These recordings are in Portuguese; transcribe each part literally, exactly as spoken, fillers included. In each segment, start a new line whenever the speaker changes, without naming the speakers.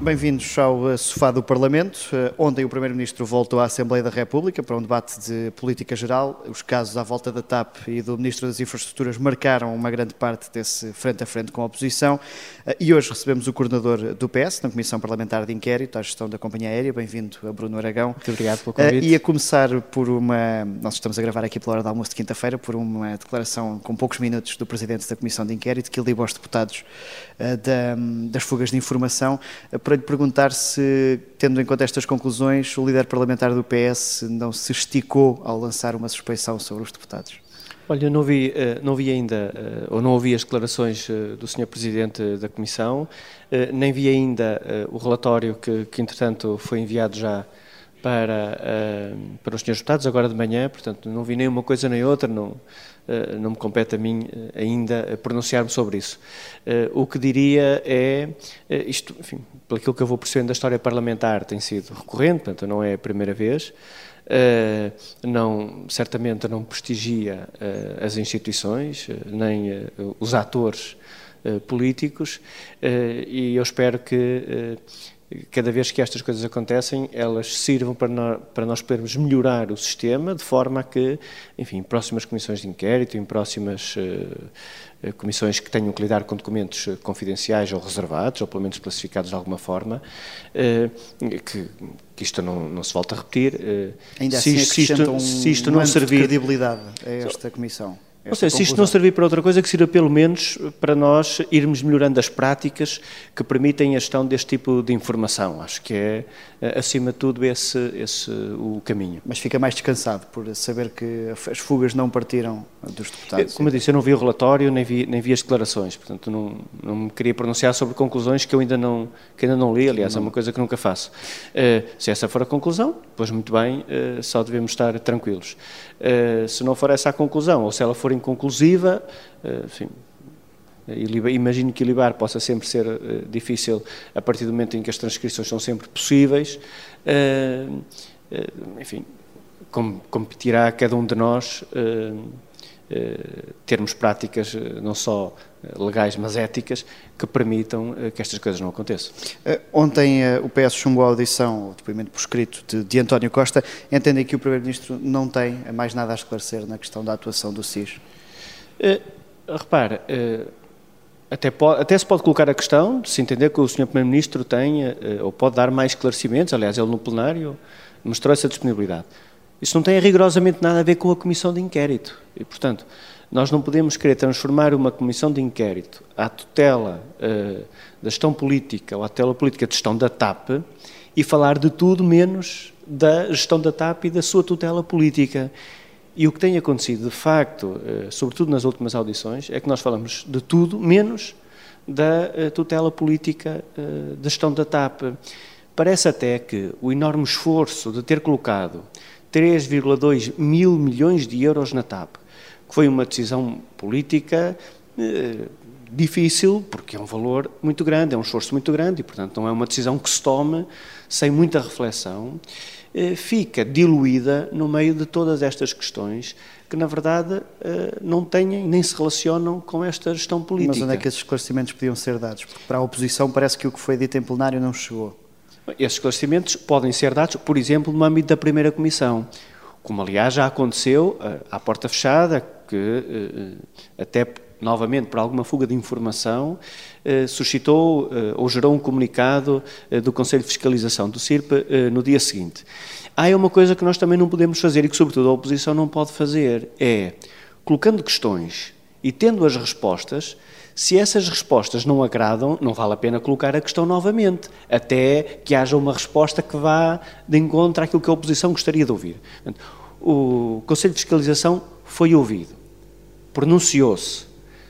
Bem-vindos ao Sofá do Parlamento. Ontem o Primeiro-Ministro voltou à Assembleia da República para um debate de política geral. Os casos à volta da T A P e do Ministro das Infraestruturas marcaram uma grande parte desse frente a frente com a oposição. E hoje recebemos o coordenador do P S na Comissão Parlamentar de Inquérito à Gestão da Companhia Aérea. Bem-vindo a Bruno Aragão.
Muito obrigado pelo convite.
E a começar por uma... Nós estamos a gravar aqui pela hora do almoço de quinta-feira, por uma declaração com poucos minutos do Presidente da Comissão de Inquérito que liga aos deputados da, das fugas de informação, para lhe perguntar se, tendo em conta estas conclusões, o líder parlamentar do P S não se esticou ao lançar uma suspeição sobre os deputados.
Olha, eu não vi, não vi ainda, ou não ouvi as declarações do senhor Presidente da Comissão, nem vi ainda o relatório que, que entretanto, foi enviado já para, para os senhores deputados, agora de manhã, portanto, não vi nem uma coisa nem outra, não, não me compete a mim ainda pronunciar-me sobre isso. O que diria é, isto, enfim, pelo que eu vou percebendo da história parlamentar, tem sido recorrente, portanto, não é a primeira vez. Uh, não, certamente não prestigia uh, as instituições, uh, nem uh, os atores uh, políticos, uh, e eu espero que uh, cada vez que estas coisas acontecem, elas sirvam para nós, para nós podermos melhorar o sistema, de forma a que, enfim, em próximas comissões de inquérito, em próximas uh, comissões que tenham que lidar com documentos confidenciais ou reservados, ou pelo menos classificados de alguma forma, uh, que, que isto não, não se volta a repetir. Uh,
Ainda
se,
assim
se isto,
um,
se isto
um
não
ano
servir,
de credibilidade a esta comissão.
Ou seja, se isto não servir para outra coisa, que sirva pelo menos para nós irmos melhorando as práticas que permitem a gestão deste tipo de informação. Acho que é, acima de tudo, esse, esse o caminho.
Mas fica mais descansado por saber que as fugas não partiram dos deputados?
Como eu disse, eu não vi o relatório, nem vi, nem vi as declarações, portanto não, não me queria pronunciar sobre conclusões que eu ainda não, que ainda não li, aliás, não. É uma coisa que nunca faço. Uh, se essa for a conclusão, pois muito bem, uh, só devemos estar tranquilos. Uh, se não for essa a conclusão, ou se ela for inconclusiva, uh, enfim, imagino que ilibar possa sempre ser uh, difícil a partir do momento em que as transcrições são sempre possíveis, uh, uh, enfim, com, competirá a cada um de nós uh, uh, termos práticas uh, não só legais, mas éticas, que permitam uh, que estas coisas não aconteçam.
Uh, ontem uh, o P S chumbou a audição, o depoimento por escrito de, de António Costa. Entendem que o Primeiro-Ministro não tem mais nada a esclarecer na questão da atuação do S I S?
Uh, repara, uh, até, pode, até se pode colocar a questão de se entender que o senhor Primeiro-Ministro tem, uh, ou pode dar mais esclarecimentos, aliás, ele no plenário mostrou essa disponibilidade. Isso não tem rigorosamente nada a ver com a Comissão de Inquérito e, portanto, nós não podemos querer transformar uma comissão de inquérito à tutela uh, da gestão política ou à tutela política de gestão da T A P e falar de tudo menos da gestão da T A P e da sua tutela política. E o que tem acontecido, de facto, uh, sobretudo nas últimas audições, é que nós falamos de tudo menos da uh, tutela política uh, da gestão da T A P. Parece até que o enorme esforço de ter colocado três vírgula dois mil milhões de euros na T A P, que foi uma decisão política eh, difícil, porque é um valor muito grande, é um esforço muito grande e, portanto, não é uma decisão que se tome sem muita reflexão, eh, fica diluída no meio de todas estas questões que, na verdade, eh, não têm nem se relacionam com esta gestão política.
Mas onde é que esses esclarecimentos podiam ser dados? Porque para a oposição parece que o que foi dito em plenário não chegou.
Esses esclarecimentos podem ser dados, por exemplo, no âmbito da primeira comissão, como aliás já aconteceu à porta fechada, que até novamente por alguma fuga de informação suscitou ou gerou um comunicado do Conselho de Fiscalização do S I R P no dia seguinte. Há uma coisa que nós também não podemos fazer e que sobretudo a oposição não pode fazer, é, colocando questões e tendo as respostas, se essas respostas não agradam, não vale a pena colocar a questão novamente, até que haja uma resposta que vá de encontro àquilo que a oposição gostaria de ouvir. Portanto, o Conselho de Fiscalização foi ouvido, pronunciou-se.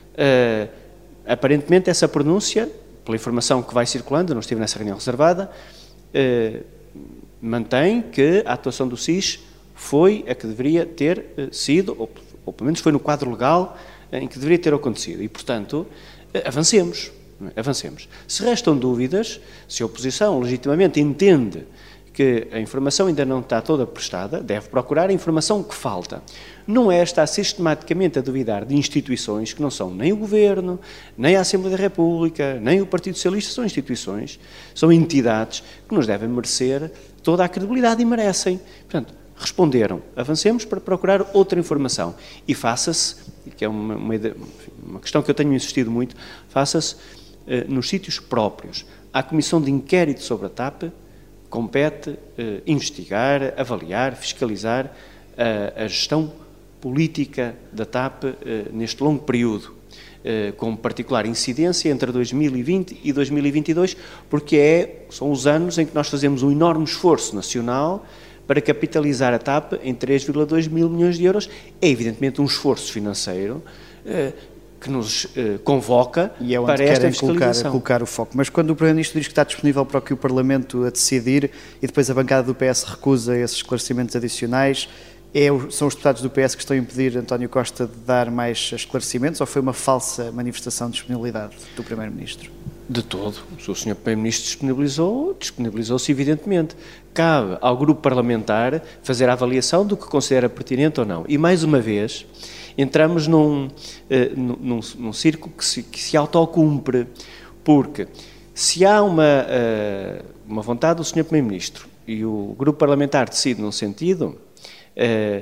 Uh, aparentemente essa pronúncia, pela informação que vai circulando, eu não estive nessa reunião reservada, uh, mantém que a atuação do S I S foi a que deveria ter uh, sido, ou, ou pelo menos foi no quadro legal em que deveria ter acontecido. E, portanto, uh, avancemos, avancemos. Se restam dúvidas, se a oposição legitimamente entende que a informação ainda não está toda prestada, deve procurar a informação que falta. Não é estar sistematicamente a duvidar de instituições que não são nem o Governo, nem a Assembleia da República, nem o Partido Socialista, são instituições, são entidades que nos devem merecer toda a credibilidade e merecem. Portanto, responderam, avancemos para procurar outra informação e faça-se, que é uma, uma, uma questão que eu tenho insistido muito, faça-se eh, nos sítios próprios. À Comissão de Inquérito sobre a TAP compete eh, investigar, avaliar, fiscalizar a, a gestão política da TAP eh, neste longo período, eh, com particular incidência entre dois mil e vinte e dois mil e vinte e dois, porque é, são os anos em que nós fazemos um enorme esforço nacional para capitalizar a TAP em três vírgula dois mil milhões de euros. É evidentemente um esforço financeiro eh, que nos eh, convoca
e é onde
para esta
fiscalização.
Colocar,
colocar o foco. Mas quando o Primeiro-Ministro diz que está disponível para que o Parlamento a decidir e depois a bancada do P S recusa esses esclarecimentos adicionais, é, são os deputados do P S que estão a impedir António Costa de dar mais esclarecimentos ou foi uma falsa manifestação de disponibilidade do Primeiro-Ministro? De todo.
Se o senhor Primeiro-Ministro disponibilizou, disponibilizou-se evidentemente. Cabe ao grupo parlamentar fazer a avaliação do que considera pertinente ou não. E mais uma vez, entramos num, uh, num, num círculo que se, que se autocumpre, porque se há uma, uh, uma vontade do senhor Primeiro-Ministro e o grupo parlamentar decide num sentido, uh,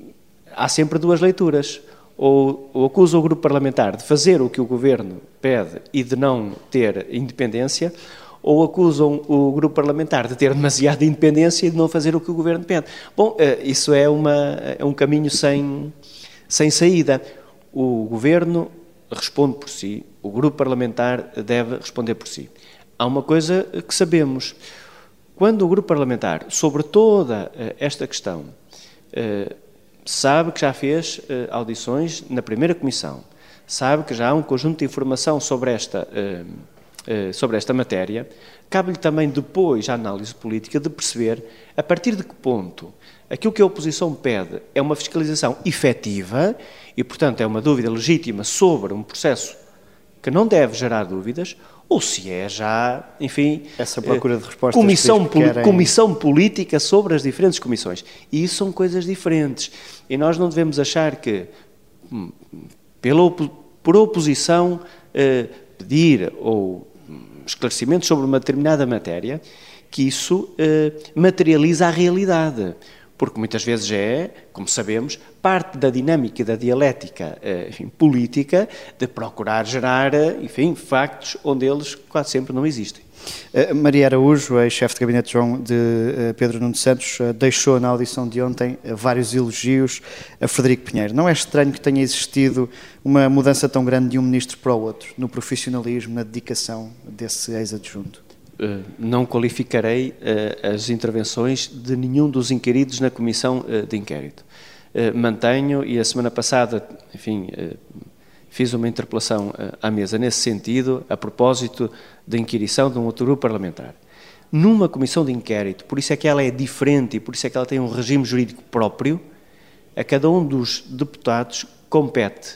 há sempre duas leituras. Ou, ou acusa o grupo parlamentar de fazer o que o Governo pede e de não ter independência, ou acusam o grupo parlamentar de ter demasiada independência e de não fazer o que o Governo pede. Bom, isso é, uma, é um caminho sem, sem saída. O Governo responde por si, o grupo parlamentar deve responder por si. Há uma coisa que sabemos, quando o grupo parlamentar, sobre toda esta questão, sabe que já fez uh, audições na primeira comissão, sabe que já há um conjunto de informação sobre esta, uh, uh, sobre esta matéria, cabe-lhe também depois a análise política de perceber a partir de que ponto aquilo que a oposição pede é uma fiscalização efetiva e, portanto, é uma dúvida legítima sobre um processo que não deve gerar dúvidas, ou se é já, enfim,
essa procura de respostas
comissão,
que querem...
comissão política sobre as diferentes comissões. E isso são coisas diferentes. E nós não devemos achar que, pela, por oposição, eh, pedir ou esclarecimentos sobre uma determinada matéria, que isso eh, materializa a realidade. Porque muitas vezes é, como sabemos, parte da dinâmica e da dialética enfim, política de procurar gerar, enfim, factos onde eles quase sempre não existem.
Maria Araújo, ex-chefe de gabinete João de Pedro Nuno Santos, deixou na audição de ontem vários elogios a Frederico Pinheiro. Não é estranho que tenha existido uma mudança tão grande de um ministro para o outro, no profissionalismo, na dedicação desse ex-adjunto?
Uh, não qualificarei uh, as intervenções de nenhum dos inquiridos na comissão uh, de inquérito. Uh, mantenho, e a semana passada, enfim, uh, fiz uma interpelação uh, à mesa nesse sentido, a propósito da inquirição de um outro grupo parlamentar. Numa comissão de inquérito, por isso é que ela é diferente e por isso é que ela tem um regime jurídico próprio, a cada um dos deputados compete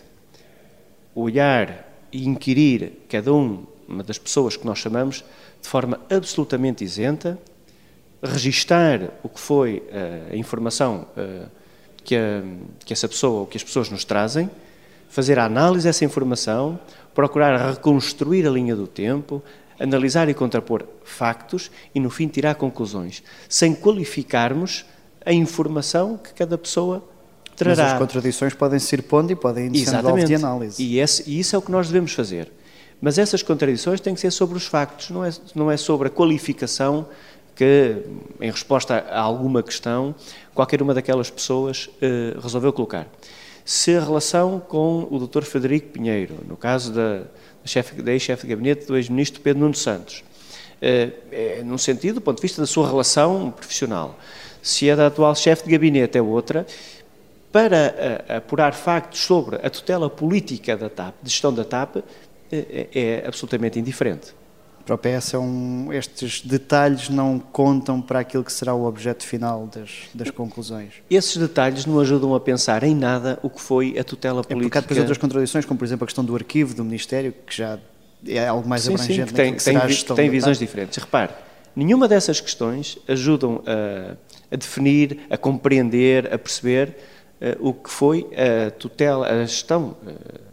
olhar e inquirir cada um, uma das pessoas que nós chamamos de forma absolutamente isenta, registar o que foi uh, a informação uh, que, a, que essa pessoa ou que as pessoas nos trazem, fazer a análise dessa informação, procurar reconstruir a linha do tempo, analisar e contrapor factos e, no fim, tirar conclusões, sem qualificarmos a informação que cada pessoa trará.
Mas as contradições podem se ir pondo e podem ir sendo alvo de análise.
E, esse, e isso é o que nós devemos fazer. Mas essas contradições têm que ser sobre os factos, não é, não é sobre a qualificação que, em resposta a alguma questão, qualquer uma daquelas pessoas eh, resolveu colocar. Se a relação com o doutor Frederico Pinheiro, no caso da, da ex-chefe de gabinete do ex-ministro Pedro Nuno Santos, eh, é num sentido, do ponto de vista da sua relação profissional, se a da atual chefe de gabinete é outra, para a, apurar factos sobre a tutela política da TAP, de gestão da TAP, É, é absolutamente indiferente.
Para o P S, é um, estes detalhes não contam para aquilo que será o objeto final das, das conclusões?
Esses detalhes não ajudam a pensar em nada o que foi a tutela política. É
porque há depois outras contradições, como por exemplo a questão do arquivo do Ministério, que já é algo mais
sim,
abrangente.
Sim, que tem,
que
tem,
será a
que
gestão
tem visões
TAP.
diferentes. Repare, nenhuma dessas questões ajudam a, a definir, a compreender, a perceber uh, o que foi a tutela, a gestão uh,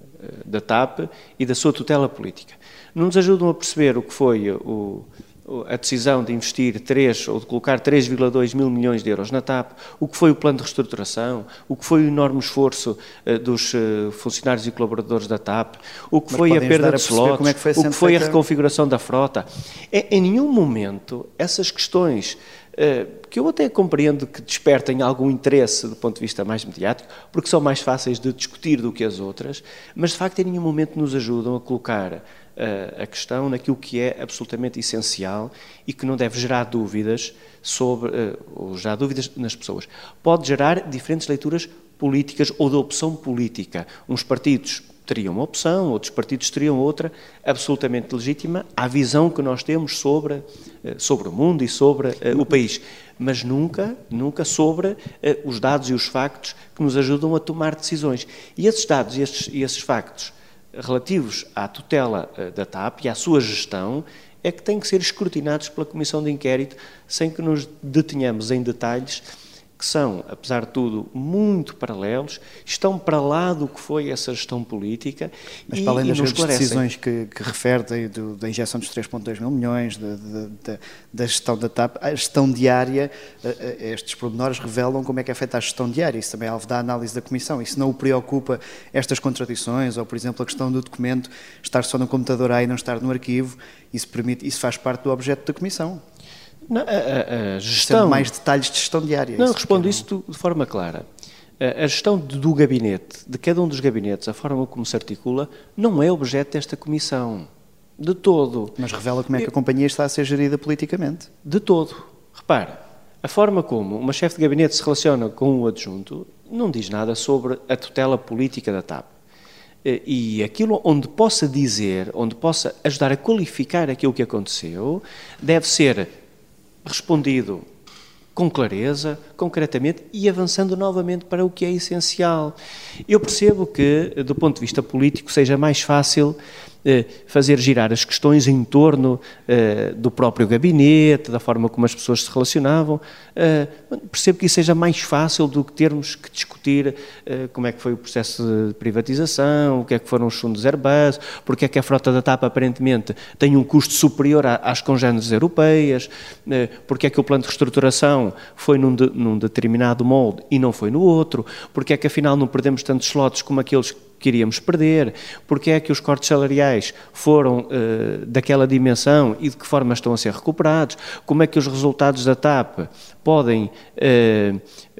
da T A P e da sua tutela política. Não nos ajudam a perceber o que foi o, a decisão de investir três ou de colocar três vírgula dois mil milhões de euros na T A P, o que foi o plano de reestruturação, o que foi o enorme esforço uh, dos uh, funcionários e colaboradores da T A P, o que Mas foi a perda de slots, é que o que foi feita... a reconfiguração da frota. É, em nenhum momento essas questões, uh, que eu até compreendo que despertem algum interesse do ponto de vista mais mediático, porque são mais fáceis de discutir do que as outras, mas de facto em nenhum momento nos ajudam a colocar a questão naquilo que é absolutamente essencial e que não deve gerar dúvidas sobre, ou gerar dúvidas nas pessoas. Pode gerar diferentes leituras políticas ou de opção política. Uns partidos teriam uma opção, outros partidos teriam outra, absolutamente legítima, à visão que nós temos sobre, sobre o mundo e sobre uh, o país, mas nunca, nunca sobre uh, os dados e os factos que nos ajudam a tomar decisões. E esses dados e esses, e esses factos relativos à tutela da T A P e à sua gestão é que têm que ser escrutinados pela Comissão de Inquérito sem que nos detenhamos em detalhes que são, apesar de tudo, muito paralelos, estão para lá do que foi essa gestão política.
Mas para além das decisões que, que refere do, da injeção dos três vírgula dois mil milhões, de, de, de, da gestão da T A P, a gestão diária, estes pormenores revelam como é que é feita a gestão diária. Isso também é alvo da análise da Comissão. E se não o preocupa estas contradições, ou, por exemplo, a questão do documento estar só no computador A e não estar no arquivo, isso, permite, isso faz parte do objeto da Comissão.
Não, a, a, a gestão...
Sendo mais detalhes de gestão diária.
Não, respondo isso de forma clara. A, a gestão do gabinete, de cada um dos gabinetes, a forma como se articula, não é objeto desta Comissão. De todo.
Mas revela como é que a companhia está a ser gerida politicamente.
De todo. Repare, a forma como uma chefe de gabinete se relaciona com o adjunto não diz nada sobre a tutela política da T A P. E aquilo onde possa dizer, onde possa ajudar a qualificar aquilo que aconteceu, deve ser respondido com clareza, concretamente e avançando novamente para o que é essencial. Eu percebo que, do ponto de vista político, seja mais fácil eh, fazer girar as questões em torno eh, do próprio gabinete, da forma como as pessoas se relacionavam. Eh, percebo que isso seja mais fácil do que termos que discutir eh, como é que foi o processo de privatização, o que é que foram os fundos Airbus, porque é que a frota da T A P aparentemente tem um custo superior às congêneres europeias, eh, porque é que o plano de reestruturação foi num, de, num determinado molde e não foi no outro, porque é que afinal não perdemos tantos slots como aqueles que queríamos perder, porque é que os cortes salariais foram uh, daquela dimensão e de que forma estão a ser recuperados, como é que os resultados da T A P podem uh,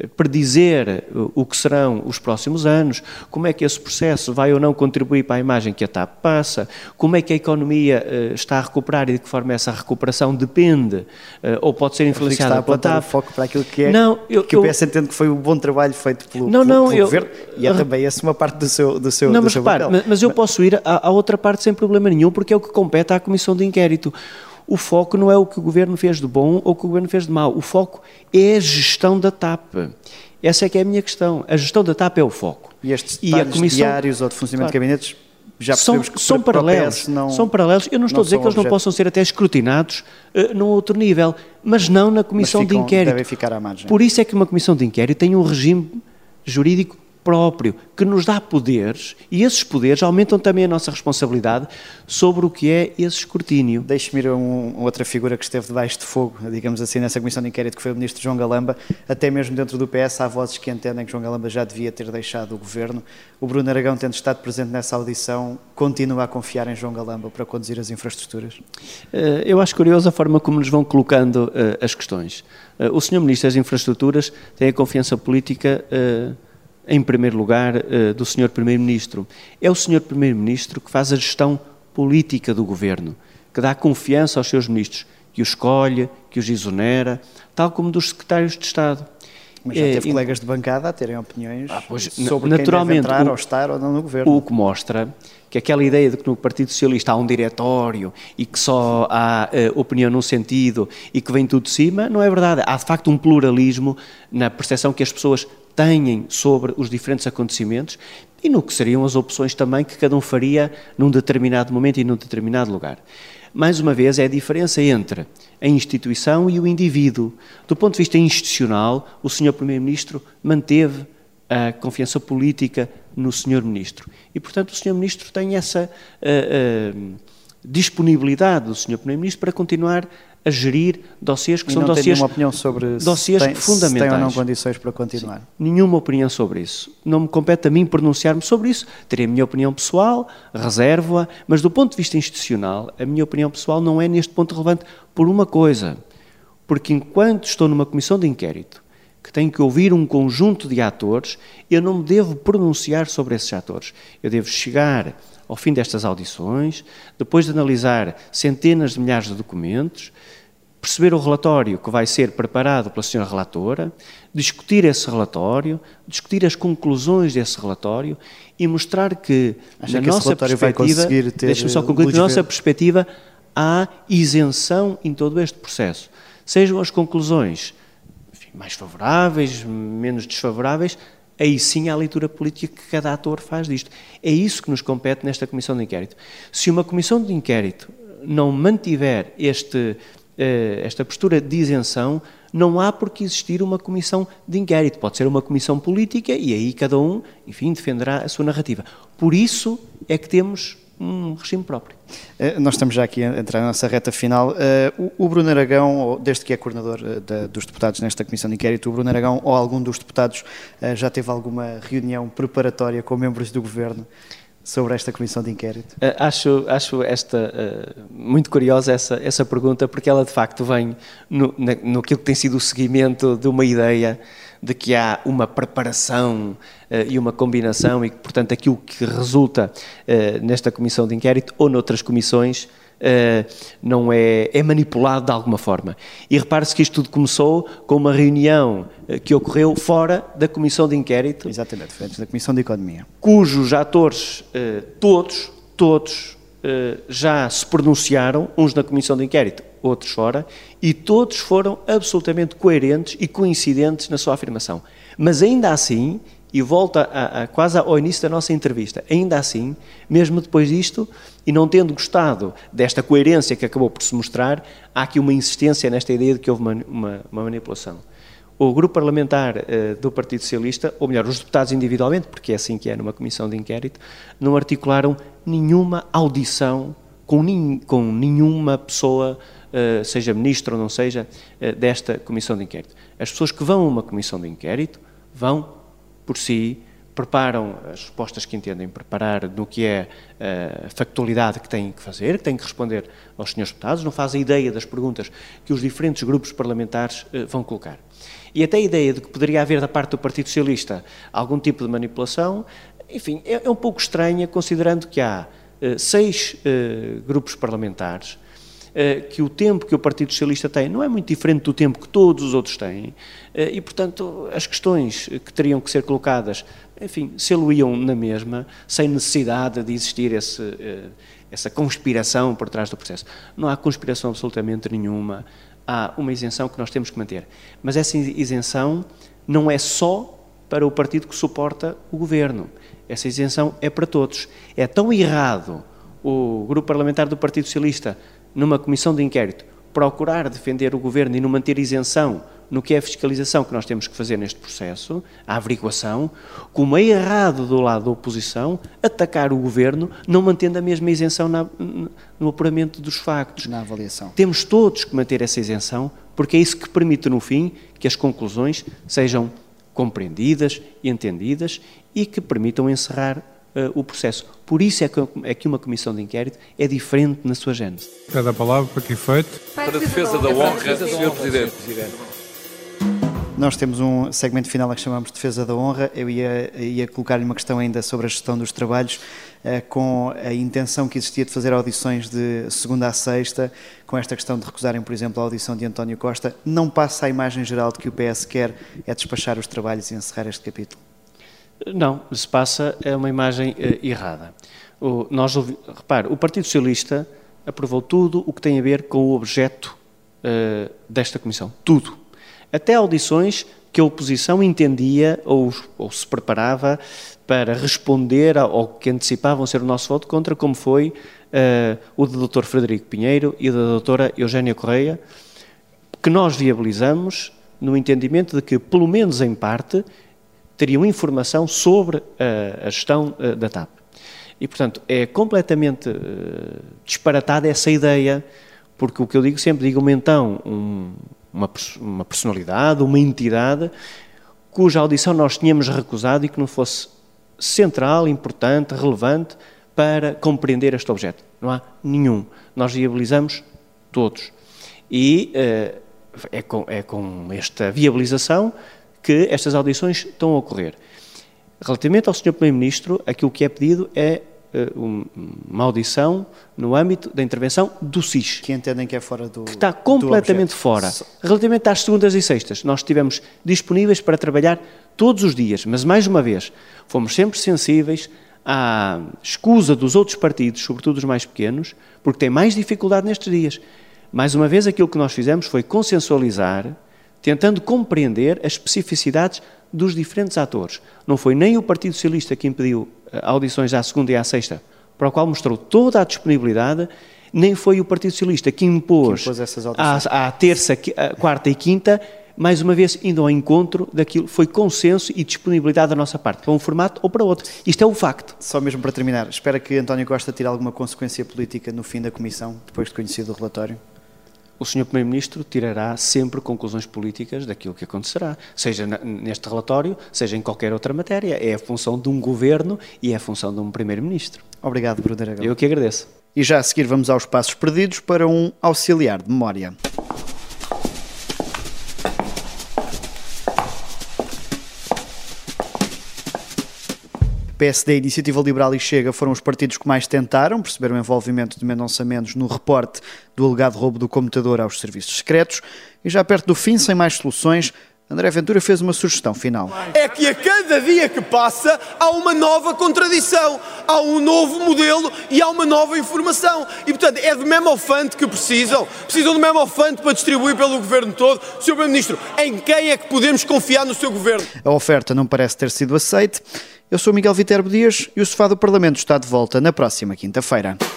predizer o que serão os próximos anos, como é que esse processo vai ou não contribuir para a imagem que a T A P passa, como é que a economia uh, está a recuperar e de que forma essa recuperação depende uh, ou pode ser influenciada pela T A P.
O foco para aquilo que é,
não, eu,
que o P S entende que foi um bom trabalho feito pelo,
não,
pelo,
não,
pelo
eu,
governo e é eu, também essa uma parte do seu, do seu,
não,
do
mas
seu
repare,
papel.
Mas eu posso ir à, à outra parte sem problema nenhum, porque é o que compete à Comissão de Inquérito. O foco não é o que o Governo fez de bom ou o que o Governo fez de mau. O foco é a gestão da T A P. Essa é que é a minha questão. A gestão da T A P é o foco.
E estes detalhes e a comissão, diários ou de funcionamento claro, de gabinetes, já percebemos
são,
que
são paralelos. Não, são paralelos. Eu não estou a dizer que eles objeto. não possam ser até escrutinados uh, num outro nível, mas não na Comissão
ficam,
de Inquérito.
Devem ficar à margem.
Por isso é que uma Comissão de Inquérito tem um regime jurídico próprio, que nos dá poderes, e esses poderes aumentam também a nossa responsabilidade sobre o que é esse escrutínio.
Deixe-me ir a um, outra figura que esteve debaixo de fogo, digamos assim, nessa comissão de inquérito, que foi o ministro João Galamba. Até mesmo dentro do P S há vozes que entendem que João Galamba já devia ter deixado o governo. O Bruno Aragão, tendo estado presente nessa audição, continua a confiar em João Galamba para conduzir as infraestruturas?
Eu acho curioso a forma como nos vão colocando uh, as questões. Uh, o senhor Ministro das Infraestruturas tem a confiança política uh, em primeiro lugar, uh, do senhor Primeiro-Ministro. É o senhor Primeiro-Ministro que faz a gestão política do Governo, que dá confiança aos seus ministros, que os escolhe, que os exonera, tal como dos secretários de Estado.
Mas já teve é, colegas de bancada a terem opiniões ah, pois, sobre
naturalmente,
quem deve entrar
o,
ou estar ou não no Governo.
O que mostra que aquela ideia de que no Partido Socialista há um diretório e que só há uh, opinião num sentido e que vem tudo de cima, não é verdade. Há de facto um pluralismo na percepção que as pessoas têm sobre os diferentes acontecimentos e no que seriam as opções também que cada um faria num determinado momento e num determinado lugar. Mais uma vez, é a diferença entre a instituição e o indivíduo. Do ponto de vista institucional, o senhor Primeiro-Ministro manteve a confiança política no senhor Ministro. E, portanto, o senhor Ministro tem essa uh, uh, disponibilidade do senhor Primeiro-Ministro para continuar a gerir dossiês que
e
são
não
dossiês,
tem nenhuma opinião sobre
dossiês
se tem,
fundamentais.
Se tem ou não condições para continuar.
Sim, nenhuma opinião sobre isso. Não me compete a mim pronunciar-me sobre isso. Terei a minha opinião pessoal, reservo-a, mas do ponto de vista institucional, a minha opinião pessoal não é neste ponto relevante por uma coisa. Porque enquanto estou numa comissão de inquérito, que tenho que ouvir um conjunto de atores, eu não me devo pronunciar sobre esses atores. Eu devo chegar ao fim destas audições, depois de analisar centenas de milhares de documentos, perceber o relatório que vai ser preparado pela senhora relatora, discutir esse relatório, discutir as conclusões desse relatório e mostrar que,
Acha
na
que
nossa
esse vai conseguir ter,
deixe-me só concluir, na nossa perspectiva, há isenção em todo este processo. Sejam as conclusões enfim, mais favoráveis, menos desfavoráveis, aí sim há a leitura política que cada ator faz disto. É isso que nos compete nesta comissão de inquérito. Se uma comissão de inquérito não mantiver este... esta postura de isenção, não há por que existir uma comissão de inquérito. Pode ser uma comissão política e aí cada um, enfim, defenderá a sua narrativa. Por isso é que temos um regime próprio.
Nós estamos já aqui a entrar na nossa reta final. O Bruno Aragão, desde que é coordenador dos deputados nesta comissão de inquérito, o Bruno Aragão ou algum dos deputados já teve alguma reunião preparatória com membros do Governo sobre esta comissão de inquérito?
Uh, acho, acho esta uh, muito curiosa essa, essa pergunta, porque ela de facto vem no, na, no que tem sido o seguimento de uma ideia de que há uma preparação uh, e uma combinação e que, portanto, aquilo que resulta uh, nesta comissão de inquérito ou noutras comissões Uh, não é, é manipulado de alguma forma. E repare-se que isto tudo começou com uma reunião uh, que ocorreu fora da Comissão de Inquérito.
Exatamente, frente da Comissão de Economia.
Cujos atores, uh, todos, todos, uh, já se pronunciaram, uns na Comissão de Inquérito, outros fora, e todos foram absolutamente coerentes e coincidentes na sua afirmação. Mas ainda assim, e volta a, a, quase ao início da nossa entrevista, ainda assim, mesmo depois disto, e não tendo gostado desta coerência que acabou por se mostrar, há aqui uma insistência nesta ideia de que houve uma, uma, uma manipulação. O grupo parlamentar uh, do Partido Socialista, ou melhor, os deputados individualmente, porque é assim que é numa comissão de inquérito, não articularam nenhuma audição com, nin, com nenhuma pessoa, uh, seja ministro ou não seja, uh, desta comissão de inquérito. As pessoas que vão a uma comissão de inquérito vão por si, preparam as respostas que entendem preparar no que é a factualidade que têm que fazer, que têm que responder aos senhores deputados, não fazem ideia das perguntas que os diferentes grupos parlamentares uh, vão colocar. E até a ideia de que poderia haver da parte do Partido Socialista algum tipo de manipulação, enfim, é, é um pouco estranha, considerando que há uh, seis uh, grupos parlamentares, que o tempo que o Partido Socialista tem não é muito diferente do tempo que todos os outros têm e, portanto, as questões que teriam que ser colocadas, enfim, se eluíam na mesma, sem necessidade de existir esse, essa conspiração por trás do processo. Não há conspiração absolutamente nenhuma, há uma isenção que nós temos que manter. Mas essa isenção não é só para o partido que suporta o governo. Essa isenção é para todos. É tão errado o grupo parlamentar do Partido Socialista numa comissão de inquérito, procurar defender o governo e não manter isenção no que é a fiscalização que nós temos que fazer neste processo, a averiguação, como é errado do lado da oposição atacar o governo não mantendo a mesma isenção na, no apuramento dos factos.
Na avaliação. Temos
todos que manter essa isenção, porque é isso que permite, no fim, que as conclusões sejam compreendidas e entendidas e que permitam encerrar Uh, o processo. Por isso é que, é que uma comissão de inquérito é diferente na sua gênese.
Cada palavra para que efeito?
Para a defesa da honra, senhor Presidente.
Nós temos um segmento final a que chamamos de Defesa da Honra. Eu ia, ia colocar-lhe uma questão ainda sobre a gestão dos trabalhos, uh, com a intenção que existia de fazer audições de segunda a sexta, com esta questão de recusarem, por exemplo, a audição de António Costa. Não passa a imagem geral de que o P S quer é despachar os trabalhos e encerrar este capítulo?
Não, se passa é uma imagem uh, errada. O, nós, repare, o Partido Socialista aprovou tudo o que tem a ver com o objeto uh, desta Comissão. Tudo. Até audições que a oposição entendia ou, ou se preparava para responder ao que antecipavam ser o nosso voto contra, como foi uh, o do doutor Frederico Pinheiro e da doutora Eugénia Correia, que nós viabilizamos no entendimento de que, pelo menos em parte, teriam informação sobre a, a gestão uh, da T A P. E, portanto, é completamente uh, disparatada essa ideia, porque o que eu digo sempre, digo-me então um, uma, uma personalidade, uma entidade, cuja audição nós tínhamos recusado e que não fosse central, importante, relevante para compreender este objeto. Não há nenhum. Nós viabilizamos todos. E uh, é, com, é com esta viabilização que estas audições estão a ocorrer. Relativamente ao senhor Primeiro-Ministro, aquilo que é pedido é uh, uma audição no âmbito da intervenção do S I S.
Que entendem que é fora do...
Que está completamente fora. Relativamente às segundas e sextas, nós estivemos disponíveis para trabalhar todos os dias, mas mais uma vez, fomos sempre sensíveis à escusa dos outros partidos, sobretudo os mais pequenos, porque têm mais dificuldade nestes dias. Mais uma vez, aquilo que nós fizemos foi consensualizar, tentando compreender as especificidades dos diferentes atores. Não foi nem o Partido Socialista que impediu audições à segunda e à sexta, para o qual mostrou toda a disponibilidade, nem foi o Partido Socialista que impôs, que impôs essas audições à, à terça, à quarta e quinta, mais uma vez indo ao encontro daquilo, foi consenso e disponibilidade da nossa parte, para um formato ou para outro. Isto é o facto.
Só mesmo para terminar, espera que António Costa tire alguma consequência política no fim da comissão, depois de conhecido o relatório?
O senhor Primeiro-Ministro tirará sempre conclusões políticas daquilo que acontecerá, seja neste relatório, seja em qualquer outra matéria. É a função de um governo e é a função de um Primeiro-Ministro.
Obrigado, Bruno Aragão.
Eu que agradeço.
E já a seguir vamos aos passos perdidos para um auxiliar de memória. P S D, Iniciativa Liberal e Chega foram os partidos que mais tentaram perceber o envolvimento de Mendonça Mendes no reporte do alegado roubo do computador aos serviços secretos. E já perto do fim, sem mais soluções, André Ventura fez uma sugestão final.
É que a cada dia que passa há uma nova contradição, há um novo modelo e há uma nova informação. E, portanto, é de memofante que precisam. Precisam de memofante para distribuir pelo governo todo. senhor Primeiro-Ministro, em quem é que podemos confiar no seu governo?
A oferta não parece ter sido aceite. Eu sou Miguel Viterbo Dias e o Sofá do Parlamento está de volta na próxima quinta-feira.